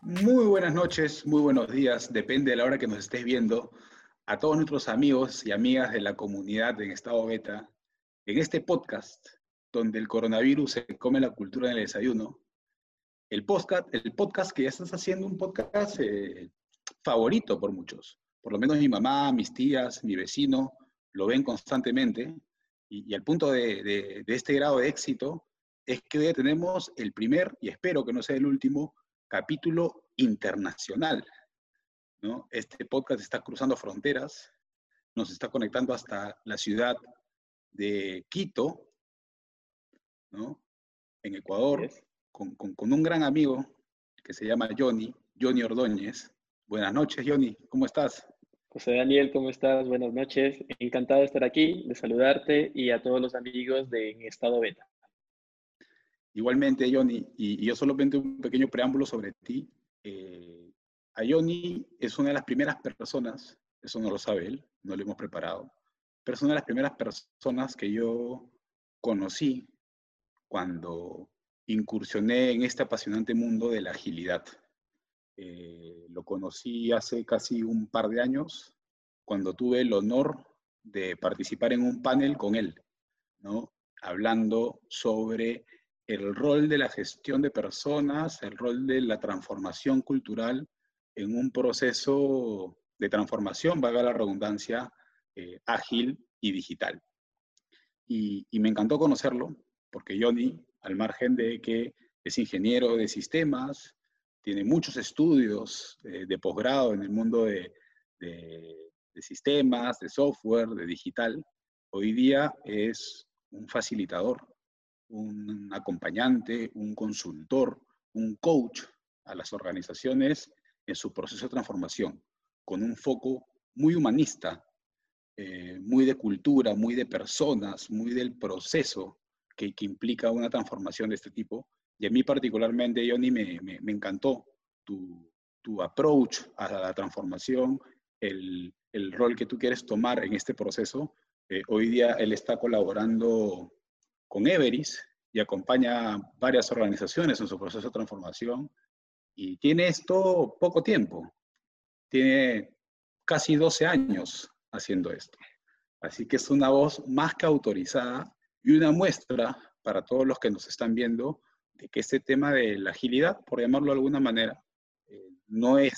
Muy buenas noches, muy buenos días, depende de la hora que nos estés viendo. A todos nuestros amigos y amigas de la comunidad en estado beta, en este podcast, donde el coronavirus se come la cultura en el desayuno, el podcast que ya estás haciendo un podcast favorito por muchos. Por lo menos mi mamá, mis tías, mi vecino lo ven constantemente. Y al punto de este grado de éxito es que hoy tenemos el primer, y espero que no sea el último, capítulo internacional, ¿no? Este podcast está cruzando fronteras, nos está conectando hasta la ciudad de Quito, ¿no? En Así Ecuador, es. con un gran amigo que se llama Johnny Ordóñez. Buenas noches, Johnny, ¿cómo estás? José Daniel, ¿cómo estás? Buenas noches. Encantado de estar aquí, de saludarte y a todos los amigos de En Estado Beta. Igualmente, Johnny, y yo solamente un pequeño preámbulo sobre ti. Eh, a Johnny es una de las primeras personas, eso no lo sabe él, no lo hemos preparado, pero es una de las primeras personas que yo conocí cuando incursioné en este apasionante mundo de la agilidad. Lo conocí hace casi un par de años, cuando tuve el honor de participar en un panel con él, ¿no? Hablando sobre el rol de la gestión de personas, el rol de la transformación cultural en un proceso de transformación, valga la redundancia, ágil y digital. Y me encantó conocerlo, porque Johnny, al margen de que es ingeniero de sistemas, tiene muchos estudios de posgrado en el mundo de sistemas, de software, de digital, hoy día es un facilitador, un acompañante, un consultor, un coach a las organizaciones en su proceso de transformación, con un foco muy humanista, muy de cultura, muy de personas, muy del proceso que implica una transformación de este tipo. Y a mí particularmente, Johnny, me encantó tu approach a la transformación, el rol que tú quieres tomar en este proceso. Hoy día él está colaborando con Everis y acompaña varias organizaciones en su proceso de transformación. Y tiene esto poco tiempo, tiene casi 12 años haciendo esto. Así que es una voz más que autorizada y una muestra para todos los que nos están viendo de que este tema de la agilidad, por llamarlo de alguna manera, no es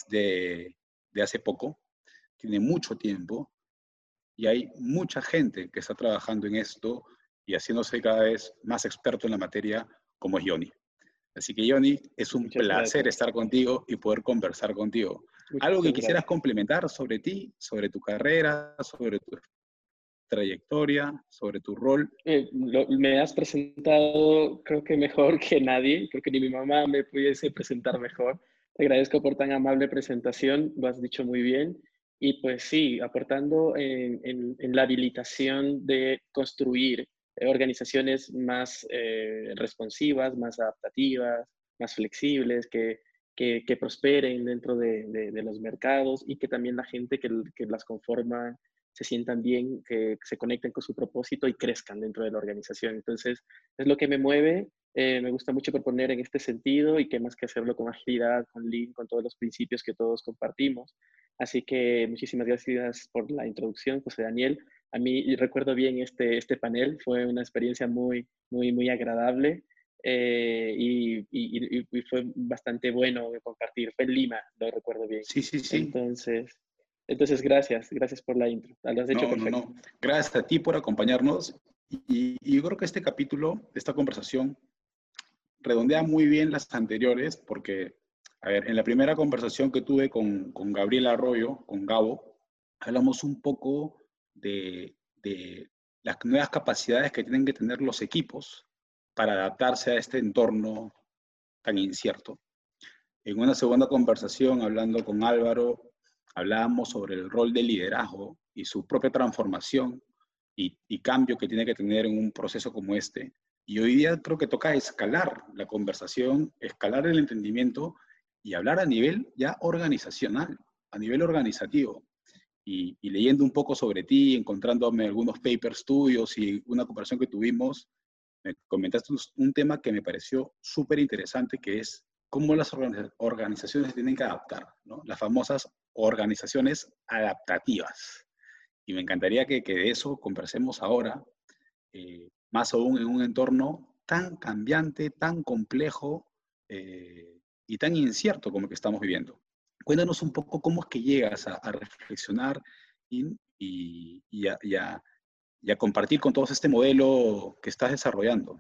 de hace poco, tiene mucho tiempo y hay mucha gente que está trabajando en esto y haciéndose cada vez más experto en la materia, como es Johnny. Así que Johnny, es un Muchas placer gracias. estar contigo y poder conversar contigo. ¿Algo que Muchas quisieras gracias. complementar sobre ti, sobre tu carrera, sobre tu trayectoria, sobre tu rol? Me has presentado, creo que mejor que nadie. Creo que ni mi mamá me pudiese presentar mejor. Te agradezco por tan amable presentación. Lo has dicho muy bien. Y pues sí, aportando en la habilitación de construir organizaciones más responsivas, más adaptativas, más flexibles, que prosperen dentro de los mercados y que también la gente que las conforma se sientan bien, que se conecten con su propósito y crezcan dentro de la organización. Entonces, es lo que me mueve. Me gusta mucho proponer en este sentido y qué más que hacerlo con agilidad, con Lean, con todos los principios que todos compartimos. Así que muchísimas gracias por la introducción, José Daniel. A mí recuerdo bien este panel, fue una experiencia muy agradable. Y fue bastante bueno de compartir. Fue en Lima, lo recuerdo bien. Sí, sí, sí. Entonces, gracias por la intro. Lo has hecho No, no, perfecto. no. Gracias a ti por acompañarnos. Y yo creo que este capítulo, esta conversación, redondea muy bien las anteriores, porque, a ver, en la primera conversación que tuve con Gabriel Arroyo, con Gabo, hablamos un poco de las nuevas capacidades que tienen que tener los equipos para adaptarse a este entorno tan incierto. En una segunda conversación, hablando con Álvaro, hablábamos sobre el rol del liderazgo y su propia transformación y cambio que tiene que tener en un proceso como este. Y hoy día creo que toca escalar la conversación, escalar el entendimiento y hablar a nivel ya organizacional, a nivel organizativo. Y leyendo un poco sobre ti, encontrándome algunos papers tuyos y una conversación que tuvimos, me comentaste un tema que me pareció súper interesante, que es cómo las organizaciones se tienen que adaptar, ¿no? Las famosas organizaciones adaptativas. Y me encantaría que de eso conversemos ahora, más aún en un entorno tan cambiante, tan complejo y tan incierto como el que estamos viviendo. Cuéntanos un poco cómo es que llegas a reflexionar y a compartir con todos este modelo que estás desarrollando.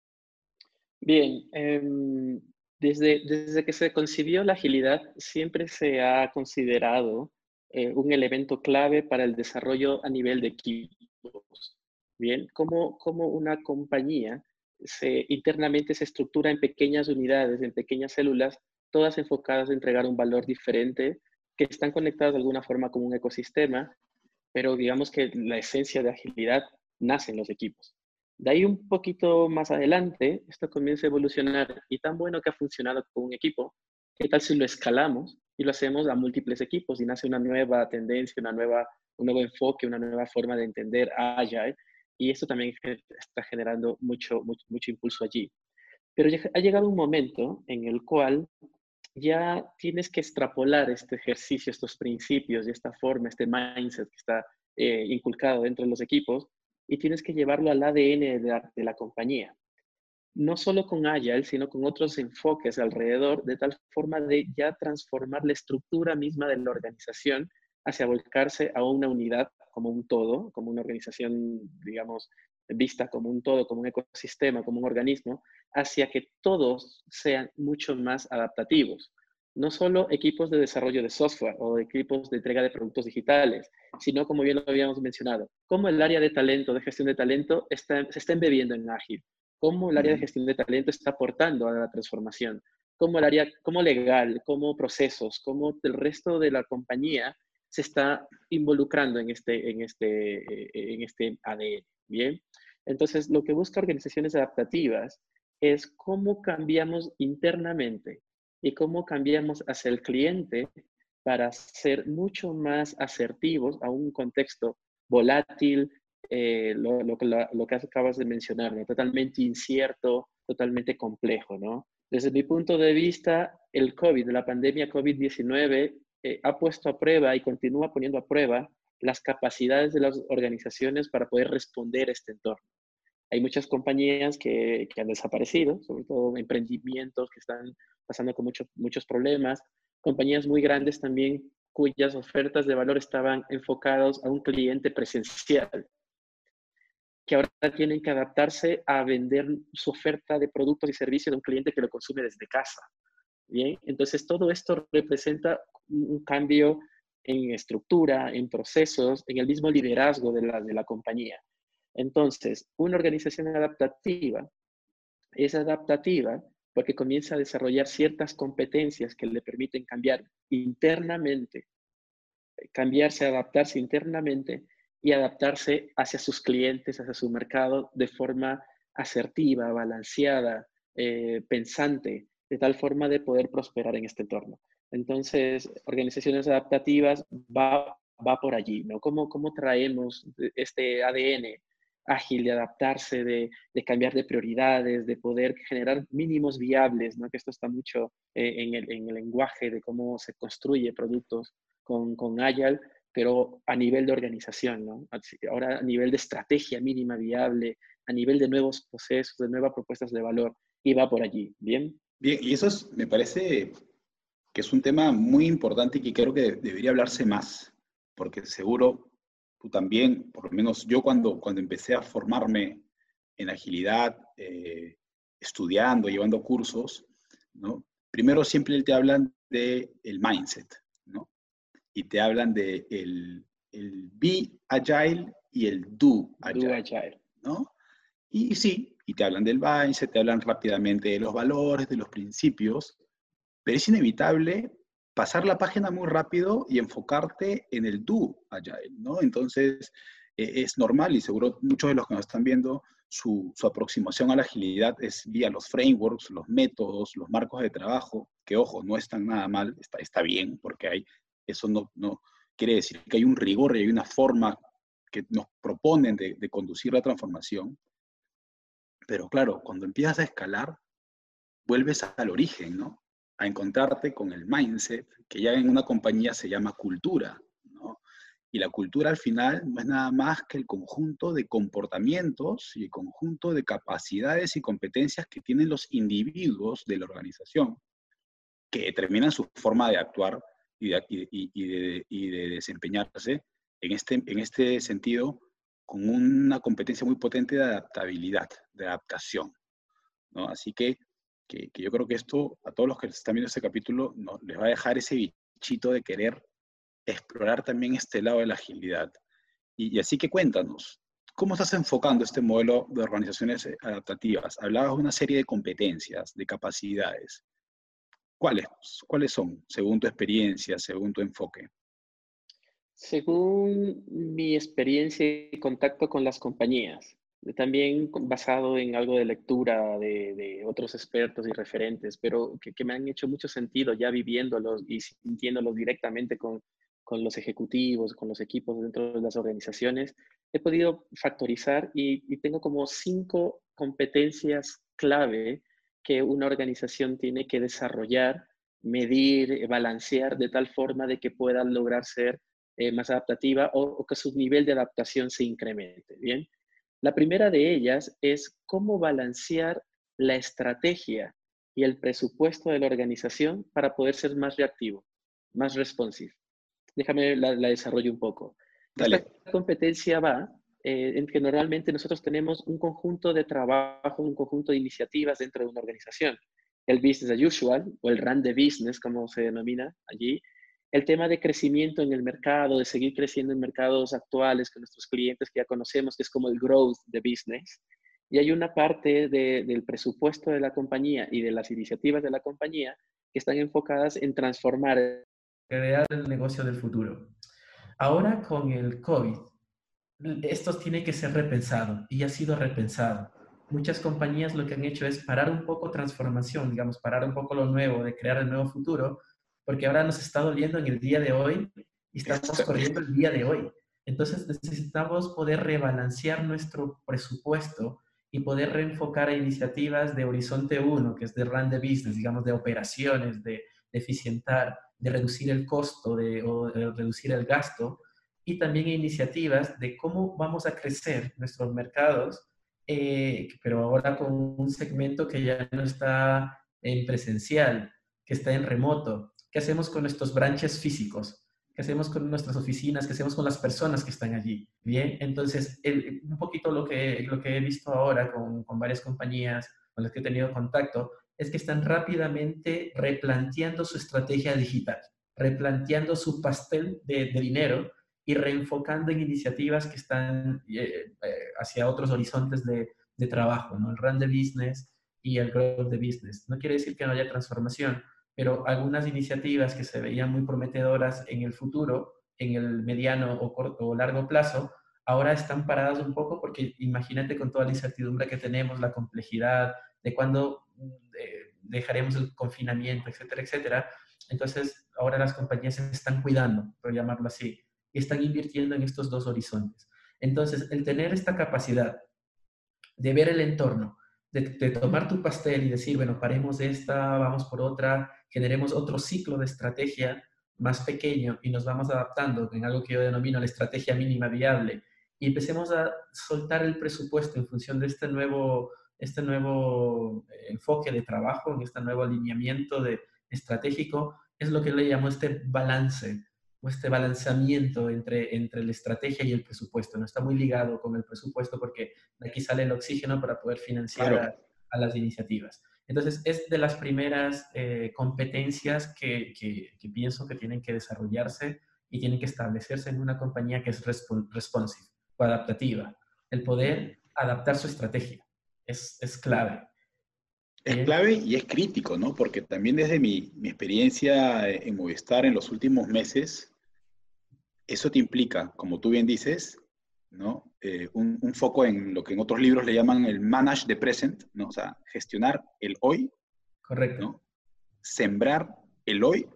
Bien, desde que se concibió la agilidad, siempre se ha considerado un elemento clave para el desarrollo a nivel de equipos. Bien, como una compañía internamente se estructura en pequeñas unidades, en pequeñas células, todas enfocadas a entregar un valor diferente, que están conectadas de alguna forma como un ecosistema, pero digamos que la esencia de agilidad nace en los equipos. De ahí un poquito más adelante, esto comienza a evolucionar y tan bueno que ha funcionado con un equipo, ¿qué tal si lo escalamos y lo hacemos a múltiples equipos y nace una nueva tendencia, un nuevo enfoque, una nueva forma de entender Agile? Y esto también está generando mucho impulso allí. Pero ha llegado un momento en el cual ya tienes que extrapolar este ejercicio, estos principios y esta forma, este mindset que está inculcado dentro de los equipos y tienes que llevarlo al ADN de la compañía. No solo con Agile, sino con otros enfoques alrededor, de tal forma de ya transformar la estructura misma de la organización hacia volcarse a una unidad como un todo, como una organización, digamos, vista como un todo, como un ecosistema, como un organismo, hacia que todos sean mucho más adaptativos. No solo equipos de desarrollo de software o equipos de entrega de productos digitales, sino, como bien lo habíamos mencionado, cómo el área de talento, de gestión de talento, se está embebiendo en Ágil, cómo el área de gestión de talento está aportando a la transformación, cómo el área, cómo legal, cómo procesos, cómo el resto de la compañía se está involucrando en este ADN, ¿bien? Entonces, lo que busca organizaciones adaptativas es cómo cambiamos internamente y cómo cambiamos hacia el cliente para ser mucho más asertivos a un contexto volátil, lo que acabas de mencionar, ¿no? Totalmente incierto, totalmente complejo, ¿no? Desde mi punto de vista, el COVID, la pandemia COVID-19, ha puesto a prueba y continúa poniendo a prueba las capacidades de las organizaciones para poder responder a este entorno. Hay muchas compañías que han desaparecido, sobre todo emprendimientos que están pasando con muchos problemas, compañías muy grandes también cuyas ofertas de valor estaban enfocadas a un cliente presencial, que ahora tienen que adaptarse a vender su oferta de productos y servicios de un cliente que lo consume desde casa. Bien, entonces todo esto representa un cambio en estructura, en procesos, en el mismo liderazgo de la compañía. Entonces, una organización adaptativa es adaptativa porque comienza a desarrollar ciertas competencias que le permiten cambiar internamente, cambiarse, adaptarse internamente y adaptarse hacia sus clientes, hacia su mercado de forma asertiva, balanceada, pensante, de tal forma de poder prosperar en este entorno. Entonces, organizaciones adaptativas va por allí, ¿no? ¿Cómo traemos este ADN ágil de adaptarse, de cambiar de prioridades, de poder generar mínimos viables, ¿no? Que esto está mucho en el lenguaje de cómo se construye productos con Agile, pero a nivel de organización, ¿no? Ahora a nivel de estrategia mínima viable, a nivel de nuevos procesos, de nuevas propuestas de valor, y va por allí, ¿bien? Bien, y eso me parece que es un tema muy importante y que creo que debería hablarse más, porque seguro tú también, por lo menos yo cuando empecé a formarme en agilidad, estudiando, llevando cursos, ¿no? Primero siempre te hablan del mindset, ¿no? Y te hablan de el be agile y el do Do agile, Agile. ¿no? Y sí, y te hablan del mindset, te hablan rápidamente de los valores, de los principios, pero es inevitable pasar la página muy rápido y enfocarte en el do agile, ¿no? Entonces, es normal y seguro muchos de los que nos están viendo, su aproximación a la agilidad es vía los frameworks, los métodos, los marcos de trabajo, que ojo, no están nada mal, está bien, porque eso no quiere decir que hay un rigor y hay una forma que nos proponen de conducir la transformación, pero claro, cuando empiezas a escalar, vuelves al origen, ¿no? a encontrarte con el mindset, que ya en una compañía se llama cultura, ¿no? Y la cultura al final no es nada más que el conjunto de comportamientos y el conjunto de capacidades y competencias que tienen los individuos de la organización, que determinan su forma de actuar y de desempeñarse en este sentido con una competencia muy potente de adaptabilidad, de adaptación, ¿no? Así que yo creo que esto, a todos los que están viendo este capítulo, ¿no?, les va a dejar ese bichito de querer explorar también este lado de la agilidad. Y así que cuéntanos, ¿cómo estás enfocando este modelo de organizaciones adaptativas? Hablabas de una serie de competencias, de capacidades. ¿Cuáles, cuáles son, según tu experiencia, según tu enfoque? Según mi experiencia y contacto con las compañías, también basado en algo de lectura de otros expertos y referentes, pero que me han hecho mucho sentido ya viviéndolos y sintiéndolos directamente con los ejecutivos, con los equipos dentro de las organizaciones, he podido factorizar y tengo como 5 competencias clave que una organización tiene que desarrollar, medir, balancear de tal forma de que puedan lograr ser más adaptativa o que su nivel de adaptación se incremente. Bien, la primera de ellas es cómo balancear la estrategia y el presupuesto de la organización para poder ser más reactivo, más responsive. Déjame la desarrollo un poco. Esta Dale. competencia va en que normalmente nosotros tenemos un conjunto de trabajo, un conjunto de iniciativas dentro de una organización. El business as usual o el run the business, como se denomina allí, el tema de crecimiento en el mercado, de seguir creciendo en mercados actuales con nuestros clientes que ya conocemos, que es como el growth de business. Y hay una parte del presupuesto de la compañía y de las iniciativas de la compañía que están enfocadas en transformar, crear el negocio del futuro. Ahora con el COVID, esto tiene que ser repensado y ha sido repensado. Muchas compañías lo que han hecho es parar un poco transformación, digamos, parar un poco lo nuevo, de crear el nuevo futuro, porque ahora nos está doliendo en el día de hoy y estamos corriendo el día de hoy. Entonces necesitamos poder rebalancear nuestro presupuesto y poder reenfocar a iniciativas de Horizonte 1, que es de run the business, digamos, de operaciones, de eficientar, de reducir el costo o de reducir el gasto, y también iniciativas de cómo vamos a crecer nuestros mercados, pero ahora con un segmento que ya no está en presencial, que está en remoto. ¿Qué hacemos con nuestros branches físicos? ¿Qué hacemos con nuestras oficinas? ¿Qué hacemos con las personas que están allí? Bien, entonces, un poquito lo que he visto ahora con varias compañías con las que he tenido contacto es que están rápidamente replanteando su estrategia digital, replanteando su pastel de dinero y reenfocando en iniciativas que están hacia otros horizontes de trabajo, ¿no? El run the business y el growth the business. No quiere decir que no haya transformación, pero algunas iniciativas que se veían muy prometedoras en el futuro, en el mediano o corto o largo plazo, ahora están paradas un poco porque imagínate con toda la incertidumbre que tenemos, la complejidad de cuándo dejaremos el confinamiento, etcétera, etcétera. Entonces, ahora las compañías se están cuidando, por llamarlo así, y están invirtiendo en estos dos horizontes. Entonces, el tener esta capacidad de ver el entorno, de tomar tu pastel y decir, bueno, paremos esta, vamos por otra, generemos otro ciclo de estrategia más pequeño y nos vamos adaptando en algo que yo denomino la estrategia mínima viable y empecemos a soltar el presupuesto en función de este nuevo enfoque de trabajo, en este nuevo alineamiento estratégico, es lo que le llamo este balance o este balanceamiento entre la estrategia y el presupuesto. No está muy ligado con el presupuesto porque de aquí sale el oxígeno para poder financiar Claro. a las iniciativas. Entonces, es de las primeras competencias que pienso que tienen que desarrollarse y tienen que establecerse en una compañía que es responsive o adaptativa. El poder adaptar su estrategia es clave. Es clave y es crítico, ¿no? Porque también desde mi experiencia en Movistar en los últimos meses, eso te implica, como tú bien dices, ¿no? Un foco en lo que en otros libros le llaman el manage the present, ¿no? O sea, gestionar el hoy, Correcto. ¿no? Sembrar el hoy,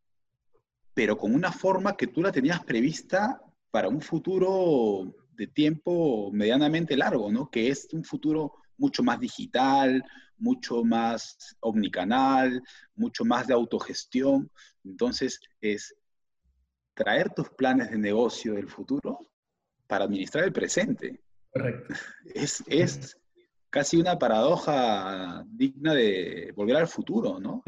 pero con una forma que tú la tenías prevista para un futuro de tiempo medianamente largo, ¿no? Que es un futuro mucho más digital, mucho más omnicanal, mucho más de autogestión. Entonces, es traer tus planes de negocio del futuro para administrar el presente. Correcto. Es casi una paradoja digna de Volver al Futuro, ¿no?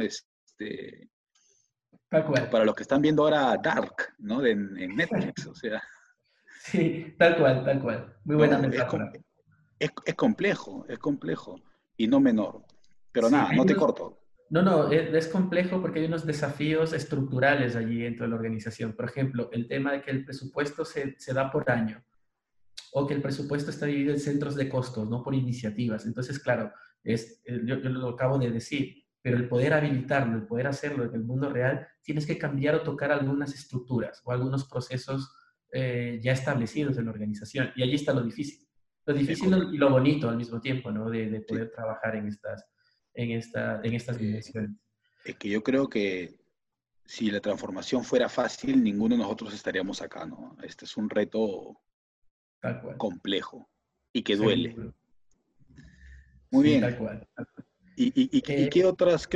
Tal cual. Para los que están viendo ahora Dark, ¿no? En Netflix, o sea. Sí, tal cual, tal cual. Muy buena No, metáfora. es complejo y no menor. Pero Sí, nada, no te corto. No, es complejo porque hay unos desafíos estructurales allí dentro de la organización. Por ejemplo, el tema de que el presupuesto se da por año o que el presupuesto está dividido en centros de costos, no por iniciativas. Entonces, claro, yo lo acabo de decir, pero el poder habilitarlo, el poder hacerlo en el mundo real, tienes que cambiar o tocar algunas estructuras o algunos procesos ya establecidos en la organización. Y allí está lo difícil. Lo Es difícil y correcto. lo bonito al mismo tiempo, ¿no? De Sí. poder trabajar en estas dimensiones. Es que yo creo que si la transformación fuera fácil, ninguno de nosotros estaríamos acá, ¿no? Este es un reto Tal cual. complejo y que duele. Seguro. Muy Sí, bien. tal cual. ¿Y qué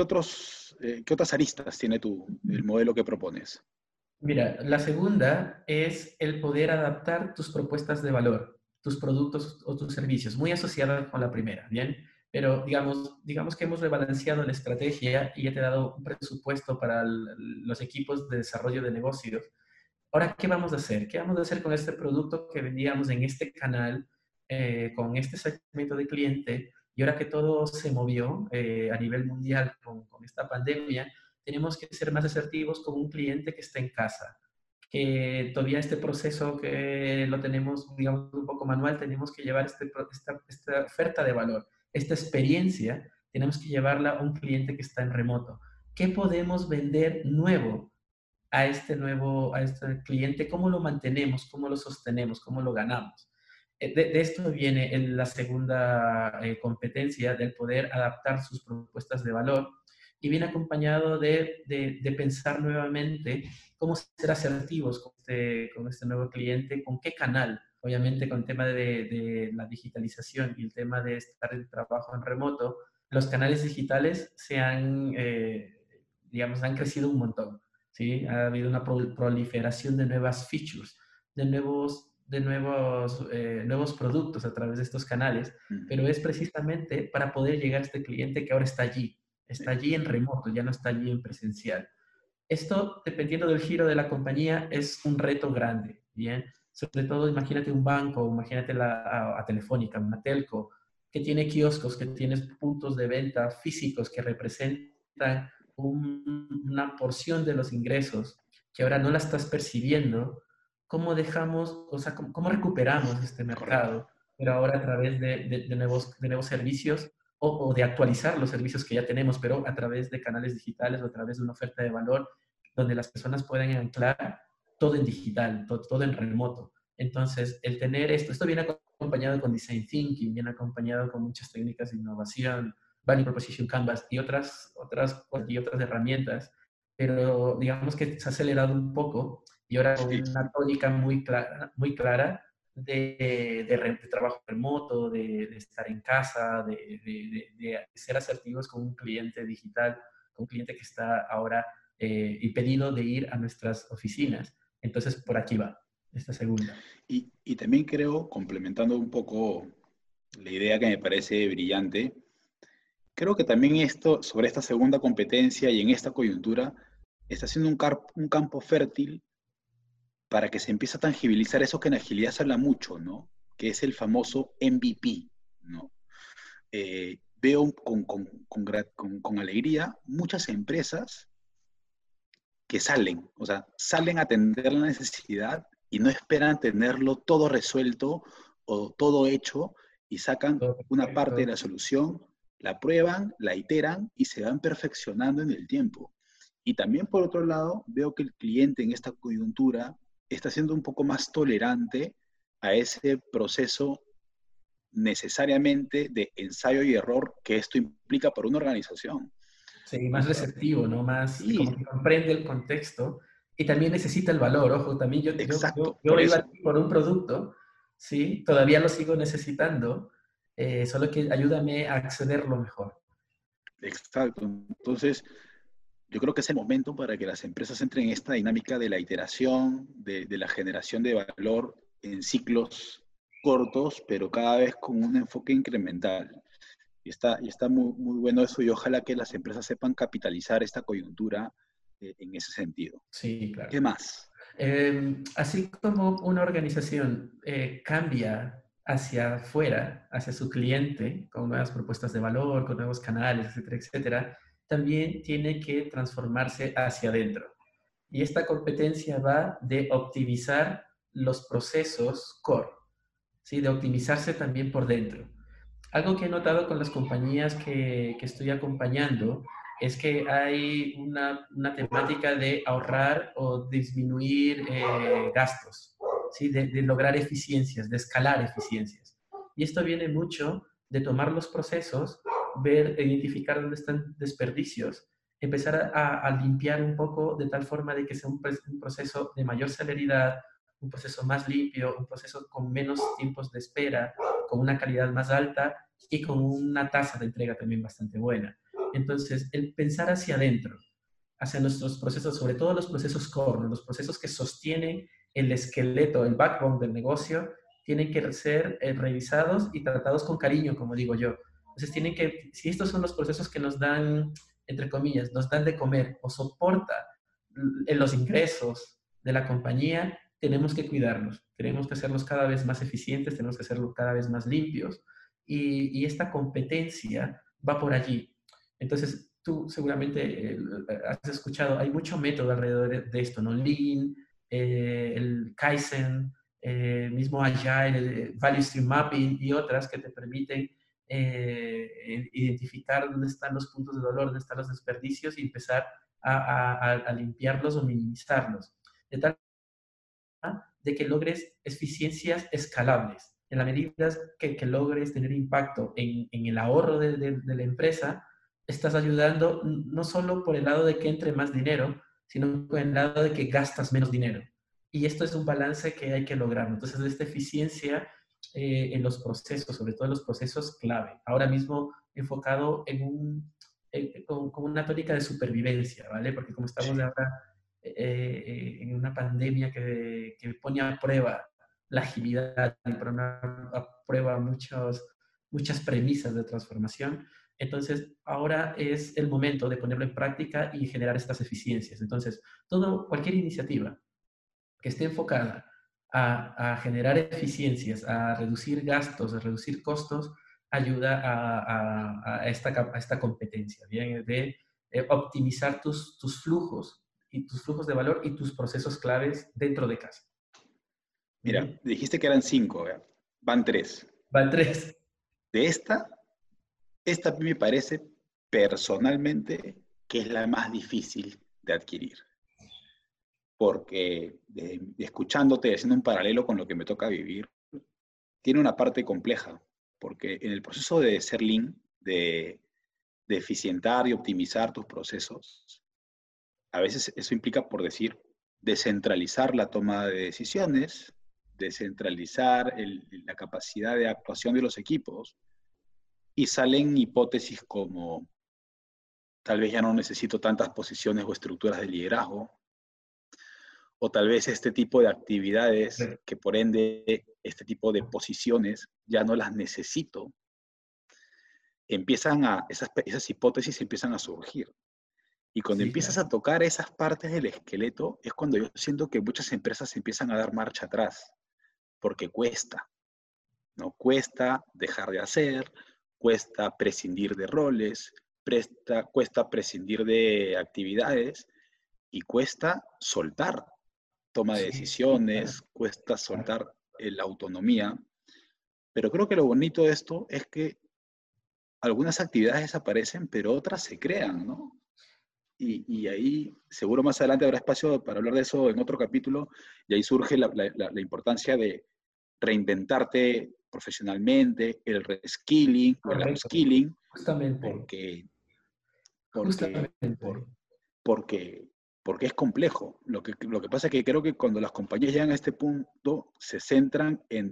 otras aristas tiene el modelo que propones? Mira, la segunda es el poder adaptar tus propuestas de valor, tus productos o tus servicios, muy asociada con la primera, ¿bien? Pero digamos que hemos rebalanceado la estrategia y ya te he dado un presupuesto para los equipos de desarrollo de negocios. Ahora, ¿qué vamos a hacer? ¿Qué vamos a hacer con este producto que vendíamos en este canal, con este segmento de cliente? Y ahora que todo se movió a nivel mundial con esta pandemia, tenemos que ser más asertivos con un cliente que está en casa, que todavía este proceso que lo tenemos, digamos, un poco manual, tenemos que llevar esta oferta de valor, esta experiencia, tenemos que llevarla a un cliente que está en remoto. ¿Qué podemos vender nuevo a este cliente? ¿Cómo lo mantenemos? ¿Cómo lo sostenemos? ¿Cómo lo ganamos? De esto viene la segunda competencia del poder adaptar sus propuestas de valor y viene acompañado de pensar nuevamente cómo ser asertivos con este nuevo cliente, con qué canal. Obviamente con el tema de la digitalización y el tema de estar en trabajo en remoto, los canales digitales digamos, han crecido un montón. ¿Sí? Ha habido una proliferación de nuevas features, nuevos productos a través de estos canales, pero es precisamente para poder llegar a este cliente que ahora está allí en remoto, ya no está allí en presencial. Esto, dependiendo del giro de la compañía, es un reto grande, ¿bien? Sobre todo, imagínate un banco, imagínate a Telefónica, una telco, que tiene kioscos, que tiene puntos de venta físicos que representan una porción de los ingresos que ahora no la estás percibiendo. ¿Cómo dejamos, o sea, cómo recuperamos este Correcto. mercado, pero ahora a través de nuevos servicios o de actualizar los servicios que ya tenemos, pero a través de canales digitales o a través de una oferta de valor donde las personas puedan anclar todo en digital, todo en remoto? Entonces, el tener esto viene acompañado con Design Thinking, viene acompañado con muchas técnicas de innovación, Value Proposition Canvas y otras herramientas, pero digamos que se ha acelerado un poco y ahora con Sí. una tónica muy clara de trabajo remoto, de estar en casa, de ser asertivos con un cliente digital, con un cliente que está ahora impedido de ir a nuestras oficinas. Entonces, por aquí va esta segunda. Y también creo, complementando un poco la idea que me parece brillante, creo que también esto, sobre esta segunda competencia y en esta coyuntura, está siendo un campo fértil para que se empiece a tangibilizar eso que en agilidad se habla mucho, ¿no? Que es el famoso MVP, ¿no? Veo con alegría muchas empresas que salen a atender la necesidad y no esperan tenerlo todo resuelto o todo hecho y sacan Todo una parte de perfecto. la solución, la prueban, la iteran y se van perfeccionando en el tiempo. Y también por otro lado, veo que el cliente en esta coyuntura está siendo un poco más tolerante a ese proceso necesariamente de ensayo y error que esto implica para una organización. Sí, ¿No? más receptivo, ¿no? Más como Sí, que comprende el contexto y también necesita el valor. Ojo, también exacto, yo por iba eso. por un producto, ¿sí? Todavía lo sigo necesitando solo que ayúdame a accederlo mejor. Exacto. Entonces, yo creo que es el momento para que las empresas entren en esta dinámica de la iteración, de la generación de valor en ciclos cortos, pero cada vez con un enfoque incremental. Y está muy, muy bueno eso, y ojalá que las empresas sepan capitalizar esta coyuntura en ese sentido. Sí, ¿Qué claro. más? Así como una organización cambia hacia afuera, hacia su cliente, con nuevas propuestas de valor, con nuevos canales, etcétera, etcétera, también tiene que transformarse hacia adentro. Y esta competencia va de optimizar los procesos core, ¿sí? De optimizarse también por dentro. Algo que he notado con las compañías que estoy acompañando es que hay una temática de ahorrar o disminuir gastos, ¿sí? De lograr eficiencias, de escalar eficiencias. Y esto viene mucho de tomar los procesos, ver, identificar dónde están desperdicios, empezar a limpiar un poco de tal forma de que sea un proceso de mayor celeridad, un proceso más limpio, un proceso con menos tiempos de espera, con una calidad más alta y con una tasa de entrega también bastante buena. Entonces, el pensar hacia adentro, hacia nuestros procesos, sobre todo los procesos core, los procesos que sostienen el esqueleto, el backbone del negocio, tienen que ser revisados y tratados con cariño, como digo yo. Entonces, tienen que, si estos son los procesos que nos dan, entre comillas, nos dan de comer o soporta en los ingresos de la compañía, tenemos que cuidarlos, tenemos que hacerlos cada vez más eficientes, tenemos que hacerlos cada vez más limpios y esta competencia va por allí. Entonces, tú seguramente has escuchado, hay mucho método alrededor de esto, ¿no? Lean, el Kaizen, mismo Agile, el Value Stream Mapping y otras que te permiten identificar dónde están los puntos de dolor, dónde están los desperdicios y empezar a limpiarlos o minimizarlos. De tal de que logres eficiencias escalables. En la medida que logres tener impacto en el ahorro de la empresa, estás ayudando no solo por el lado de que entre más dinero, sino por el lado de que gastas menos dinero. Y esto es un balance que hay que lograr. Entonces, esta eficiencia en los procesos, sobre todo en los procesos clave. Ahora mismo enfocado en con una tónica de supervivencia, ¿vale? Porque como estamos Sí. ahora en una pandemia que pone a prueba la agilidad y pone a prueba muchas premisas de transformación. Entonces, ahora es el momento de ponerlo en práctica y generar estas eficiencias. Entonces, cualquier iniciativa que esté enfocada a generar eficiencias, a reducir gastos, a reducir costos, ayuda a esta competencia, ¿bien? De optimizar tus flujos y tus flujos de valor y tus procesos claves dentro de casa. Mira, ¿Bien? dijiste que eran 5, ¿verdad? Van 3. Van tres. De esta me parece personalmente que es la más difícil de adquirir. Porque escuchándote, haciendo un paralelo con lo que me toca vivir, tiene una parte compleja. Porque en el proceso de ser lean, de eficientar y optimizar tus procesos, a veces eso implica, por decir, descentralizar la toma de decisiones, descentralizar la capacidad de actuación de los equipos, y salen hipótesis como tal vez ya no necesito tantas posiciones o estructuras de liderazgo, o tal vez este tipo de actividades que por ende este tipo de posiciones ya no las necesito, esas hipótesis empiezan a surgir. Y cuando Sí, empiezas claro. a tocar esas partes del esqueleto, es cuando yo siento que muchas empresas empiezan a dar marcha atrás, porque cuesta, ¿no? Cuesta dejar de hacer, cuesta prescindir de roles, cuesta prescindir de actividades y cuesta soltar toma de Sí, sí, claro. decisiones, cuesta soltar la autonomía. Pero creo que lo bonito de esto es que algunas actividades desaparecen, pero otras se crean, ¿no? Y ahí seguro más adelante habrá espacio para hablar de eso en otro capítulo, y ahí surge la importancia de reinventarte profesionalmente, el reskilling o el Correcto. upskilling, Justamente. porque, porque, por- Justamente. porque, porque es complejo. Lo que pasa es que creo que cuando las compañías llegan a este punto, se centran en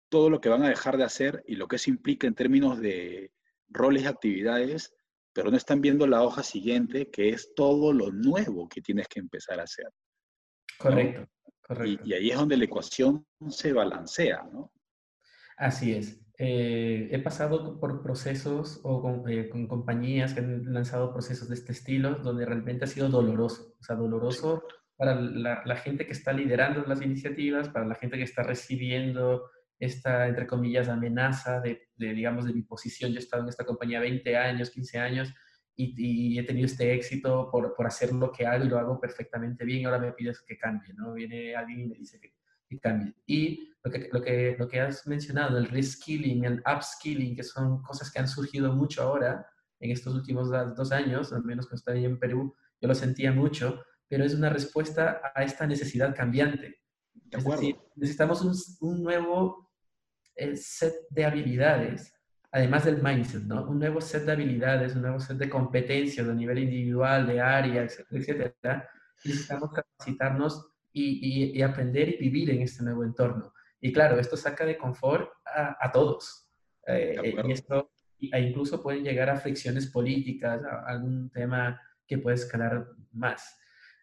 todo lo que van a dejar de hacer y lo que eso implica en términos de roles y actividades, pero no están viendo la hoja siguiente, que es todo lo nuevo que tienes que empezar a hacer, ¿no? Correcto, correcto. Y ahí es donde la ecuación se balancea, ¿no? Así es. He pasado por procesos o con compañías que han lanzado procesos de este estilo donde realmente ha sido doloroso. O sea, doloroso Cierto. para la gente que está liderando las iniciativas, para la gente que está recibiendo esta, entre comillas, amenaza digamos, de mi posición. Yo he estado en esta compañía 20 años, 15 años y he tenido este éxito por hacer lo que hago y lo hago perfectamente bien y ahora me pides que cambie, ¿no? Viene alguien y me dice que cambie. Y lo que has mencionado, el reskilling, el upskilling, que son cosas que han surgido mucho ahora, en estos últimos 2 años, al menos cuando estaba en Perú, yo lo sentía mucho, pero es una respuesta a esta necesidad cambiante. De Es decir, acuerdo. necesitamos un nuevo set de habilidades, además del mindset, ¿no? Un nuevo set de habilidades, un nuevo set de competencias a nivel individual, de área, etcétera, etcétera. Y necesitamos capacitarnos y aprender y vivir en este nuevo entorno. Y claro, esto saca de confort a todos. De Y acuerdo. esto incluso pueden llegar a fricciones políticas, a algún tema que puede escalar más.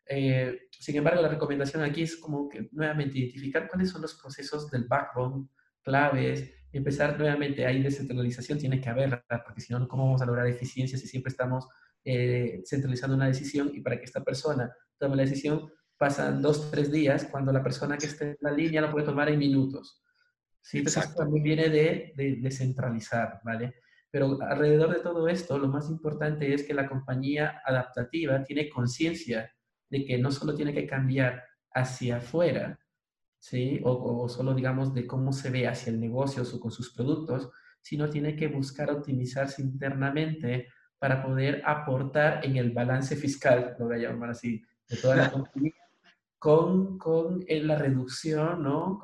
Sin embargo, la recomendación aquí es como que nuevamente identificar cuáles son los procesos del backbone, claves, empezar nuevamente, hay descentralización, tiene que haberla, porque si no, ¿cómo vamos a lograr eficiencia si siempre estamos centralizando una decisión y para que esta persona tome la decisión pasan 2, 3 días cuando la persona que esté en la línea lo puede tomar en minutos? ¿Sí? Entonces esto Exacto. también viene de descentralizar, ¿vale? Pero alrededor de todo esto, lo más importante es que la compañía adaptativa tiene conciencia de que no solo tiene que cambiar hacia afuera, ¿sí? O solo, digamos, de cómo se ve hacia el negocio con sus productos, sino tiene que buscar optimizarse internamente para poder aportar en el balance fiscal, lo voy a llamar así, de toda la compañía con la reducción, ¿no?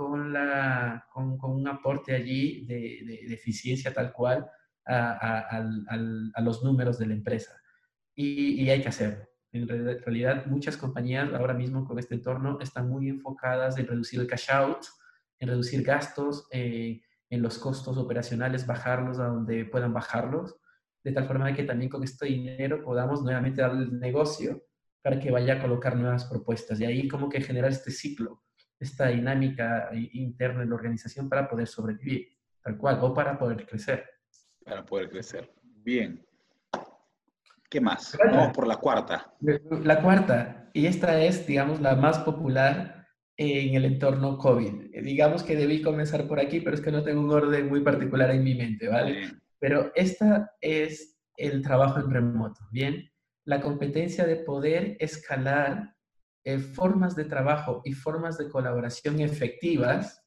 Con un aporte allí de eficiencia tal cual a los números de la empresa. Y hay que hacerlo. En realidad, muchas compañías ahora mismo con este entorno están muy enfocadas en reducir el cash out, en reducir gastos, en los costos operacionales, bajarlos a donde puedan bajarlos, de tal forma que también con este dinero podamos nuevamente darle el negocio para que vaya a colocar nuevas propuestas. Y ahí como que generar este ciclo, esta dinámica interna en la organización para poder sobrevivir, tal cual, o para poder crecer. Para poder crecer. Bien. ¿Qué más? Vamos por la cuarta. La cuarta, y esta es, digamos, la más popular en el entorno COVID. Digamos que debí comenzar por aquí, pero es que no tengo un orden muy particular en mi mente, Está ¿vale? bien. Pero esta es el trabajo en remoto, ¿bien? La competencia de poder escalar formas de trabajo y formas de colaboración efectivas,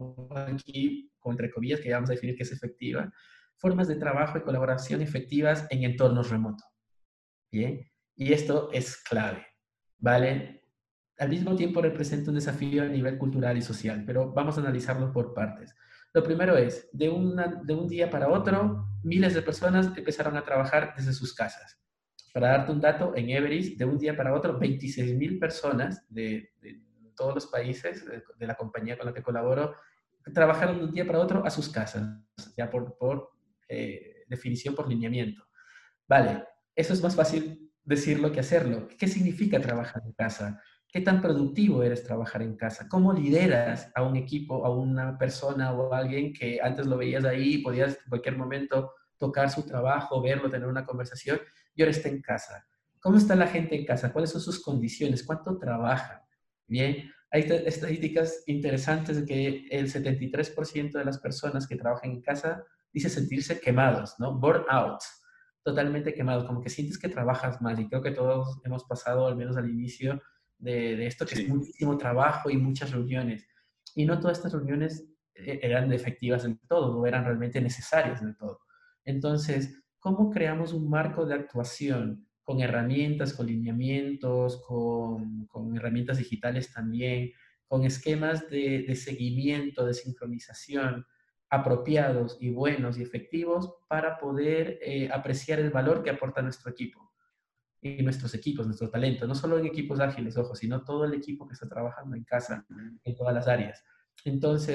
aquí, entre comillas, que ya vamos a definir que es efectiva, formas de trabajo y colaboración efectivas en entornos remotos. Bien, y esto es clave, ¿vale? Al mismo tiempo representa un desafío a nivel cultural y social, pero vamos a analizarlo por partes. Lo primero es, de un día para otro, miles de personas empezaron a trabajar desde sus casas. Para darte un dato, en Everest, de un día para otro, 26.000 personas de todos los países de la compañía con la que colaboro trabajaron de un día para otro a sus casas, ya por definición, por lineamiento. Vale, eso es más fácil decirlo que hacerlo. ¿Qué significa trabajar en casa? ¿Qué tan productivo eres trabajar en casa? ¿Cómo lideras a un equipo, a una persona o a alguien que antes lo veías ahí y podías en cualquier momento tocar su trabajo, verlo, tener una conversación y ahora está en casa? ¿Cómo está la gente en casa? ¿Cuáles son sus condiciones? ¿Cuánto trabajan? Bien, hay estadísticas interesantes de que el 73% de las personas que trabajan en casa dice sentirse quemados, ¿no? Burnout, totalmente quemado, como que sientes que trabajas más y creo que todos hemos pasado, al menos al inicio, de esto que es Sí. muchísimo trabajo y muchas reuniones. Y no todas estas reuniones eran efectivas del todo, o eran realmente necesarias del todo. Entonces, ¿cómo creamos un marco de actuación con herramientas, con lineamientos, con herramientas digitales también, con esquemas de seguimiento, de sincronización, apropiados y buenos y efectivos para poder apreciar el valor que aporta nuestro equipo y nuestros equipos, nuestro talento, no solo en equipos ágiles, ojo, sino todo el equipo que está trabajando en casa, Ujú. en todas las áreas? Entonces,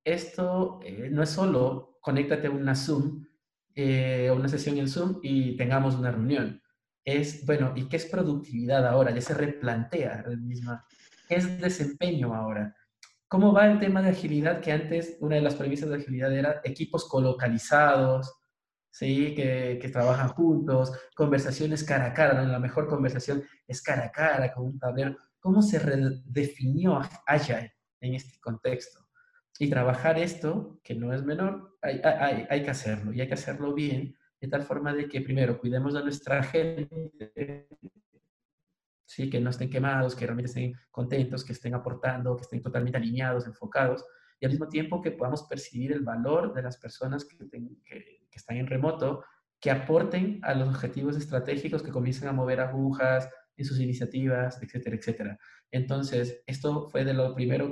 esto no es solo conéctate a una Zoom, una sesión en Zoom y tengamos una reunión. Es, bueno, ¿y qué es productividad ahora? Ya se replantea la misma. ¿Qué es desempeño ahora? ¿Cómo va el tema de agilidad? Que antes una de las premisas de agilidad era equipos colocalizados, ¿sí? Que trabajan juntos, conversaciones cara a cara, ¿no? La mejor conversación es cara a cara, con un tablero. ¿Cómo se redefinió Agile en este contexto? Y trabajar esto, que no es menor, hay que hacerlo, y hay que hacerlo bien, de tal forma de que primero cuidemos a nuestra gente, ¿sí? Que no estén quemados, que realmente estén contentos, que estén aportando, que estén totalmente alineados, enfocados, y al mismo tiempo que podamos percibir el valor de las personas que están en remoto, que aporten a los objetivos estratégicos, que comiencen a mover agujas en sus iniciativas, etcétera, etcétera. Entonces, esto fue de lo primero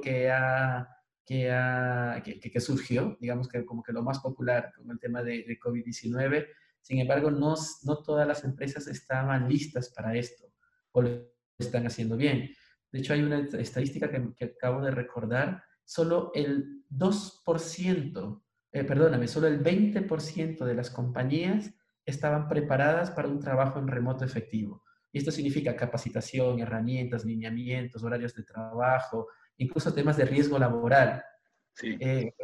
que surgió, digamos que como que lo más popular con el tema de COVID-19. Sin embargo, no todas las empresas estaban listas para esto o lo están haciendo bien. De hecho, hay una estadística que acabo de recordar, solo el 2%, perdóname, solo el 20% de las compañías estaban preparadas para un trabajo en remoto efectivo. Y esto significa capacitación, herramientas, lineamientos, horarios de trabajo, incluso temas de riesgo laboral Sí,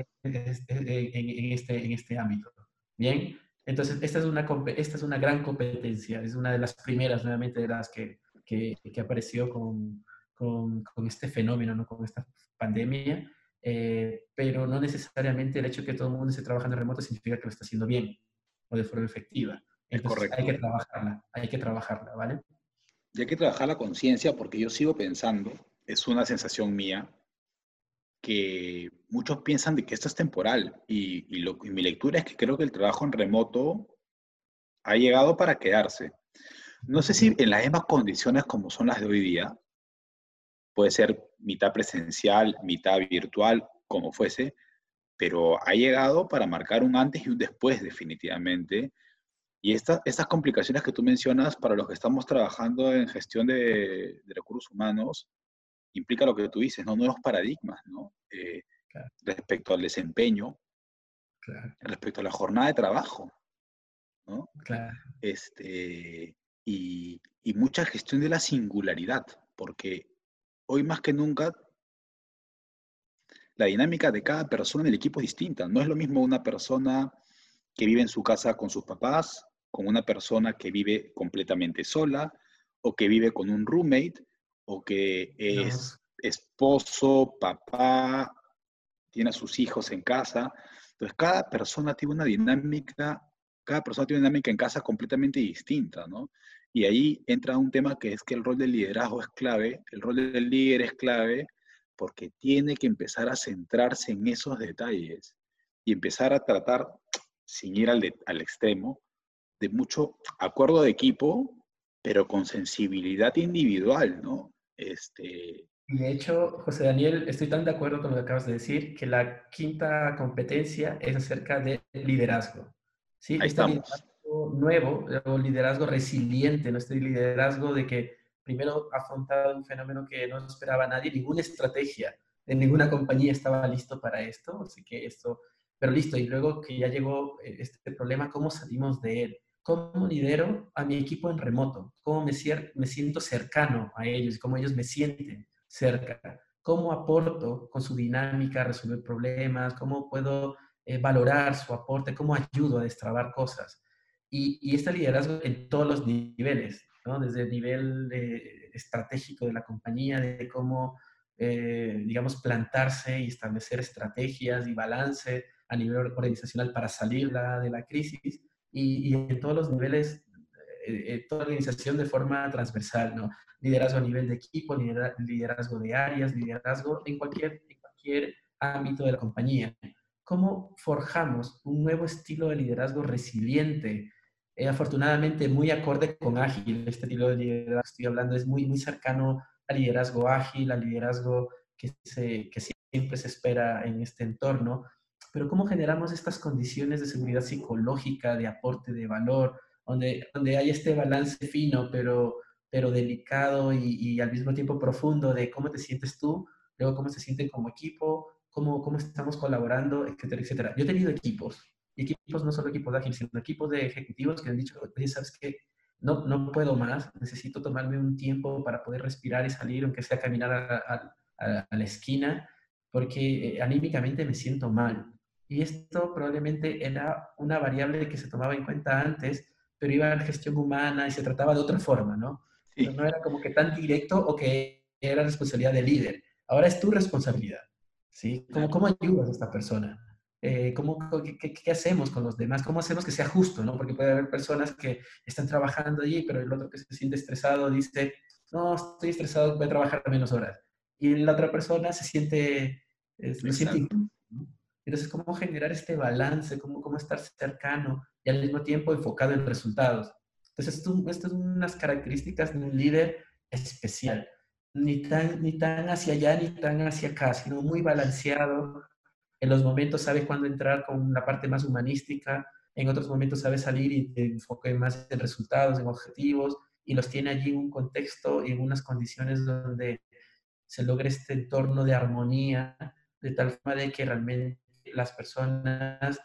en este ámbito. Bien, entonces esta es una gran competencia, es una de las primeras nuevamente de las que apareció con este fenómeno, ¿no? Con esta pandemia, pero no necesariamente el hecho de que todo el mundo esté trabajando en remoto significa que lo está haciendo bien o de forma efectiva. es Entonces correcto. hay que trabajarla, ¿vale? Y hay que trabajar la conciencia porque yo sigo pensando, es una sensación mía, que muchos piensan de que esto es temporal y mi lectura es que creo que el trabajo en remoto ha llegado para quedarse. No sé si en las mismas condiciones como son las de hoy día, puede ser mitad presencial, mitad virtual, como fuese, pero ha llegado para marcar un antes y un después definitivamente. Y estas complicaciones que tú mencionas para los que estamos trabajando en gestión de recursos humanos, implica lo que tú dices, ¿no? Nuevos paradigmas, ¿no? Claro, Respecto al desempeño, claro, respecto a la jornada de trabajo, ¿no? claro. Y mucha gestión de la singularidad, porque hoy más que nunca la dinámica de cada persona en el equipo es distinta. No es lo mismo una persona que vive en su casa con sus papás, con una persona que vive completamente sola, o que vive con un roommate, o que No, es esposo, papá, tiene a sus hijos en casa. Entonces, cada persona tiene una dinámica en casa completamente distinta, ¿no? Y ahí entra un tema que es que el rol del liderazgo es clave, el rol del líder es clave porque tiene que empezar a centrarse en esos detalles y empezar a tratar, sin ir al extremo, de mucho acuerdo de equipo, pero con sensibilidad individual, ¿no? y de hecho, José Daniel, estoy tan de acuerdo con lo que acabas de decir, que la quinta competencia es acerca de liderazgo. ¿Sí? Ahí Este estamos. liderazgo nuevo, o liderazgo resiliente, no este liderazgo de que primero ha afrontado un fenómeno que no esperaba nadie, ninguna estrategia de ninguna compañía estaba listo para esto, así que esto, pero listo, y luego que ya llegó este problema, ¿cómo salimos de él? ¿Cómo lidero a mi equipo en remoto? ¿Cómo me siento cercano a ellos? ¿Cómo ellos me sienten cerca? ¿Cómo aporto con su dinámica a resolver problemas? ¿Cómo puedo valorar su aporte? ¿Cómo ayudo a destrabar cosas? Y este liderazgo en todos los niveles, ¿no? Desde el nivel estratégico de la compañía, de cómo, digamos, plantarse y establecer estrategias y balance a nivel organizacional para salir de la crisis y en todos los niveles, toda organización de forma transversal, ¿no? Liderazgo a nivel de equipo, liderazgo de áreas, liderazgo en cualquier ámbito de la compañía. ¿Cómo forjamos un nuevo estilo de liderazgo resiliente? Afortunadamente, muy acorde con ágil. Este estilo de liderazgo que estoy hablando es muy, muy cercano al liderazgo ágil, al liderazgo que siempre se espera en este entorno. Pero ¿cómo generamos estas condiciones de seguridad psicológica, de aporte de valor, donde hay este balance fino, pero delicado y al mismo tiempo profundo de cómo te sientes tú, luego cómo se sienten como equipo, cómo estamos colaborando, etcétera, etcétera. Yo he tenido equipos, y equipos no solo equipos de ágil, sino equipos de ejecutivos que han dicho, oye, ¿sabes qué? No puedo más, necesito tomarme un tiempo para poder respirar y salir, aunque sea caminar a la esquina, porque anímicamente me siento mal. Y esto probablemente era una variable que se tomaba en cuenta antes, pero iba a la gestión humana y se trataba de otra forma, ¿no? Sí, No era como que tan directo o que era responsabilidad del líder. Ahora es tu responsabilidad, ¿sí? claro, ¿Cómo ayudas a esta persona? ¿Qué hacemos con los demás? ¿Cómo hacemos que sea justo, ¿no? Porque puede haber personas que están trabajando allí, pero el otro que se siente estresado dice, no, estoy estresado, voy a trabajar menos horas. Y la otra persona se siente, lo siente exacto, injusto, ¿no? Entonces, ¿cómo generar este balance? ¿Cómo estar cercano y al mismo tiempo enfocado en resultados? Entonces, estas son unas características de un líder especial. Ni tan hacia allá ni tan hacia acá, sino muy balanceado. En los momentos sabe cuándo entrar con la parte más humanística, en otros momentos sabe salir y te enfoque más en resultados, en objetivos, y los tiene allí en un contexto y en unas condiciones donde se logre este entorno de armonía, de tal forma de que realmente las personas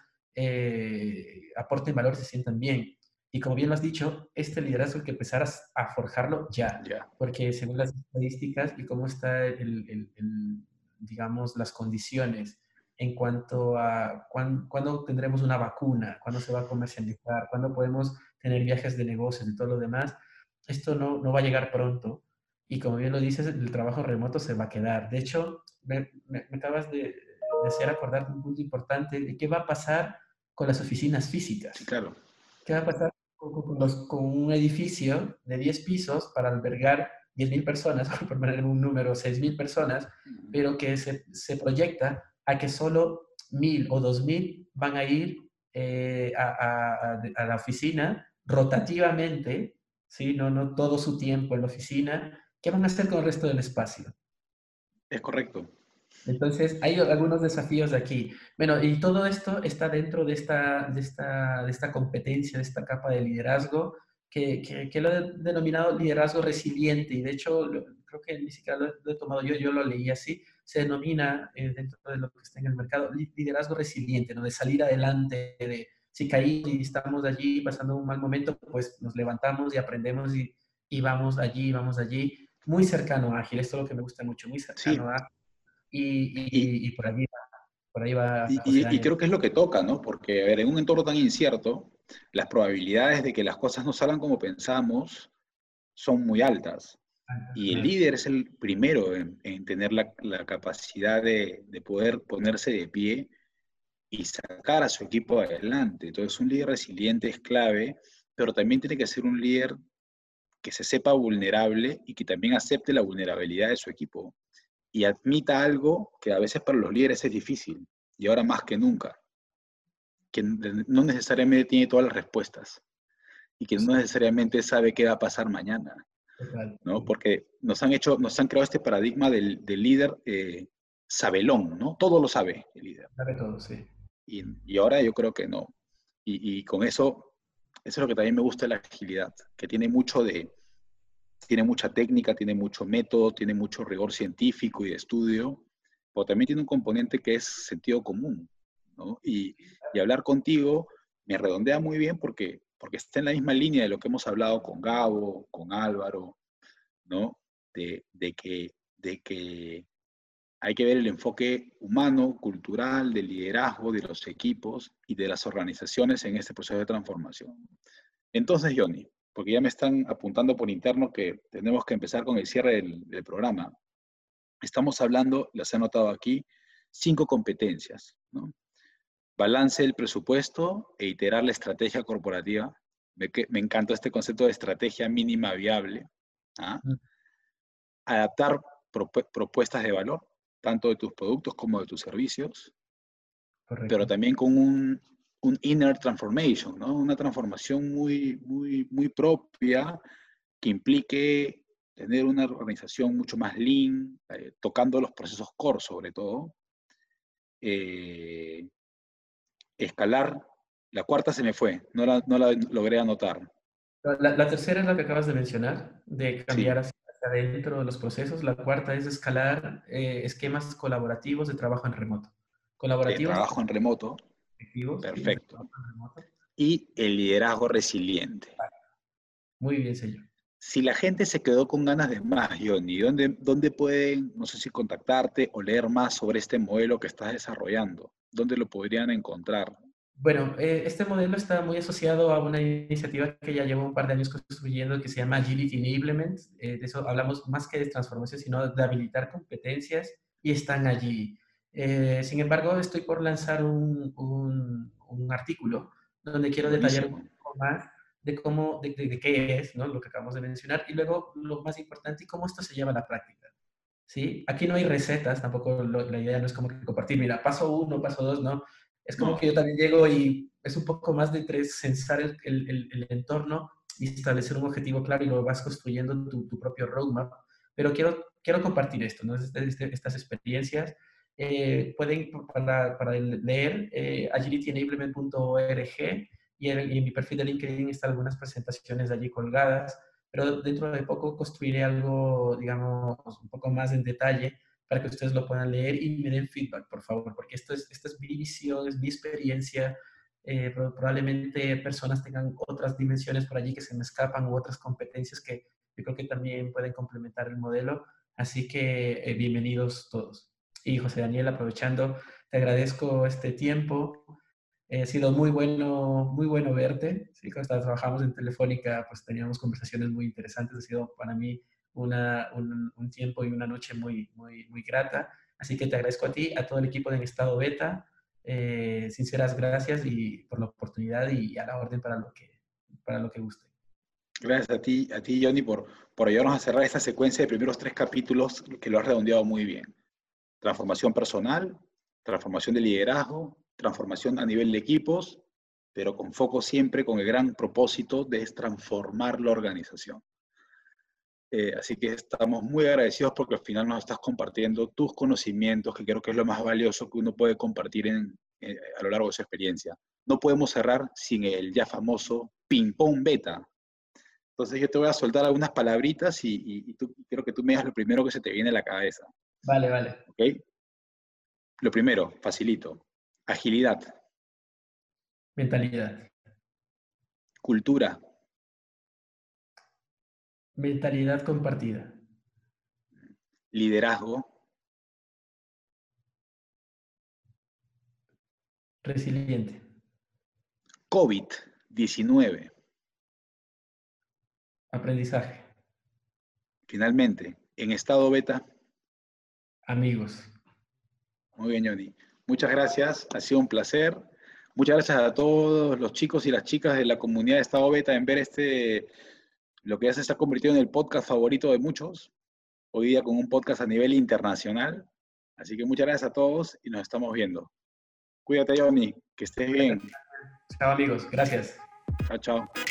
aporten valor y se sientan bien. Y como bien lo has dicho, este liderazgo hay que empezar a forjarlo ya, ya, porque según las estadísticas y cómo está digamos, las condiciones en cuanto a cuándo tendremos una vacuna, cuándo se va a comercializar, cuándo podemos tener viajes de negocios y todo lo demás, esto no va a llegar pronto. Y como bien lo dices, el trabajo remoto se va a quedar. De hecho, me acabas de hacer acordar un punto importante de qué va a pasar con las oficinas sí, físicas. claro. ¿Qué va a pasar con un edificio de 10 pisos para albergar 10.000 personas, por poner un número, 6.000 personas, Ujú. pero que se proyecta a que solo 1.000 o 2.000 van a ir a la oficina rotativamente, ¿sí? No todo su tiempo en la oficina. ¿Qué van a hacer con el resto del espacio? Es correcto. Entonces, hay algunos desafíos de aquí. Bueno, y todo esto está dentro de esta competencia, de esta capa de liderazgo, que lo he denominado liderazgo resiliente. Y de hecho, creo que ni siquiera lo he tomado yo lo leí así. Se denomina, dentro de lo que está en el mercado, liderazgo resiliente, ¿no? De salir adelante, de si caímos y estamos allí pasando un mal momento, pues nos levantamos y aprendemos y vamos allí. Muy cercano a Ágil, esto es lo que me gusta mucho, muy cercano Sí, a y, y, y, y por ahí va José y Daniel. creo que es lo que toca, ¿no? Porque, a ver, en un entorno tan incierto, las probabilidades de que las cosas no salgan como pensamos son muy altas. Y el Ajá, líder es el primero en tener la capacidad de poder ponerse de pie y sacar a su equipo adelante. Entonces, un líder resiliente es clave, pero también tiene que ser un líder que se sepa vulnerable y que también acepte la vulnerabilidad de su equipo y admita algo que a veces para los líderes es difícil, y ahora más que nunca, que no necesariamente tiene todas las respuestas y que no sí, necesariamente sabe qué va a pasar mañana, total, ¿no? sí, Porque nos han creado este paradigma del líder sabelón, ¿no? Todo lo sabe el líder. sabe todo, sí. Y ahora yo creo que no. Y con eso es lo que también me gusta de la agilidad, que tiene mucha técnica, tiene mucho método, tiene mucho rigor científico y de estudio, pero también tiene un componente que es sentido común, ¿no? Y hablar contigo me redondea muy bien porque está en la misma línea de lo que hemos hablado con Gabo, con Álvaro, ¿no? De que hay que ver el enfoque humano, cultural, del liderazgo, de los equipos y de las organizaciones en este proceso de transformación. Entonces, Johnny, porque ya me están apuntando por interno que tenemos que empezar con el cierre del programa. Estamos hablando, las he anotado aquí, 5 competencias, ¿no? Balance del presupuesto e iterar la estrategia corporativa. Me encanta este concepto de estrategia mínima viable. ¿Ah? Mm, Adaptar propuestas de valor, tanto de tus productos como de tus servicios, pero correcto. también con un inner transformation, ¿no? Una transformación muy, muy, muy propia que implique tener una organización mucho más lean, tocando los procesos core sobre todo, eh, escalar, la cuarta se me fue, no la logré anotar, La tercera es la que acabas de mencionar, de sí, cambiar hacia dentro de los procesos. La cuarta es escalar esquemas colaborativos de trabajo en remoto. De Colaborativos, trabajo en remoto, efectivos, sí, de perfecto. trabajo en remoto. Y el liderazgo resiliente. Muy bien, señor. Si la gente se quedó con ganas de más, Johnny, ¿dónde pueden, no sé si contactarte o leer más sobre este modelo que estás desarrollando? ¿Dónde lo podrían encontrar? Bueno, este modelo está muy asociado a una iniciativa que ya llevo un par de años construyendo que se llama Agility Enablement. De eso hablamos más que de transformación, sino de habilitar competencias y están allí. Sin embargo, estoy por lanzar un artículo donde quiero detallar un Buenísimo. poco más de cómo, de qué es, ¿no? Lo que acabamos de mencionar, y luego lo más importante, y cómo esto se lleva a la práctica. ¿Sí? Aquí no hay recetas, tampoco la idea no es como que compartir, mira, paso 1, paso 2, no. Es como No, que yo también llego y es un poco más de sensar el entorno y establecer un objetivo claro y lo vas construyendo tu propio roadmap. Pero quiero compartir esto, ¿no? Estas experiencias. Pueden, para leer, agilityenablement.org y en mi perfil de LinkedIn están algunas presentaciones allí colgadas, pero dentro de poco construiré algo, digamos, un poco más en detalle para que ustedes lo puedan leer y me den feedback, por favor, porque esta es mi visión, es mi experiencia. Probablemente personas tengan otras dimensiones por allí que se me escapan u otras competencias que yo creo que también pueden complementar el modelo. Así que bienvenidos todos. Y José Daniel, aprovechando, te agradezco este tiempo. Ha sido muy bueno verte. Sí, cuando trabajamos en Telefónica, pues teníamos conversaciones muy interesantes. Ha sido para mí un tiempo y una noche muy grata. Así que te agradezco a ti, a todo el equipo de Estado Beta. Sinceras gracias y por la oportunidad y a la orden para lo que guste. gracias a ti Johnny, por ayudarnos a cerrar esta secuencia de primeros 3 capítulos que lo has redondeado muy bien. Transformación personal, transformación de liderazgo, transformación a nivel de equipos, pero con foco siempre con el gran propósito de transformar la organización. Así que estamos muy agradecidos porque al final nos estás compartiendo tus conocimientos, que creo que es lo más valioso que uno puede compartir a lo largo de su experiencia. No podemos cerrar sin el ya famoso ping-pong beta. Entonces yo te voy a soltar algunas palabritas y quiero que tú me digas lo primero que se te viene a la cabeza. Vale, vale. ¿Ok? Lo primero, facilito. Agilidad. Mentalidad. Cultura. Mentalidad compartida. Liderazgo. Resiliente. COVID-19. Aprendizaje. Finalmente, en estado beta. Amigos. Muy bien, Johnny. Muchas gracias, ha sido un placer. Muchas gracias a todos los chicos y las chicas de la comunidad de Estado Beta en ver lo que ya se está convirtiendo en el podcast favorito de muchos, hoy día con un podcast a nivel internacional. Así que muchas gracias a todos y nos estamos viendo. Cuídate, Johnny, que estés bien. Chao, amigos. Gracias. Chao, chao.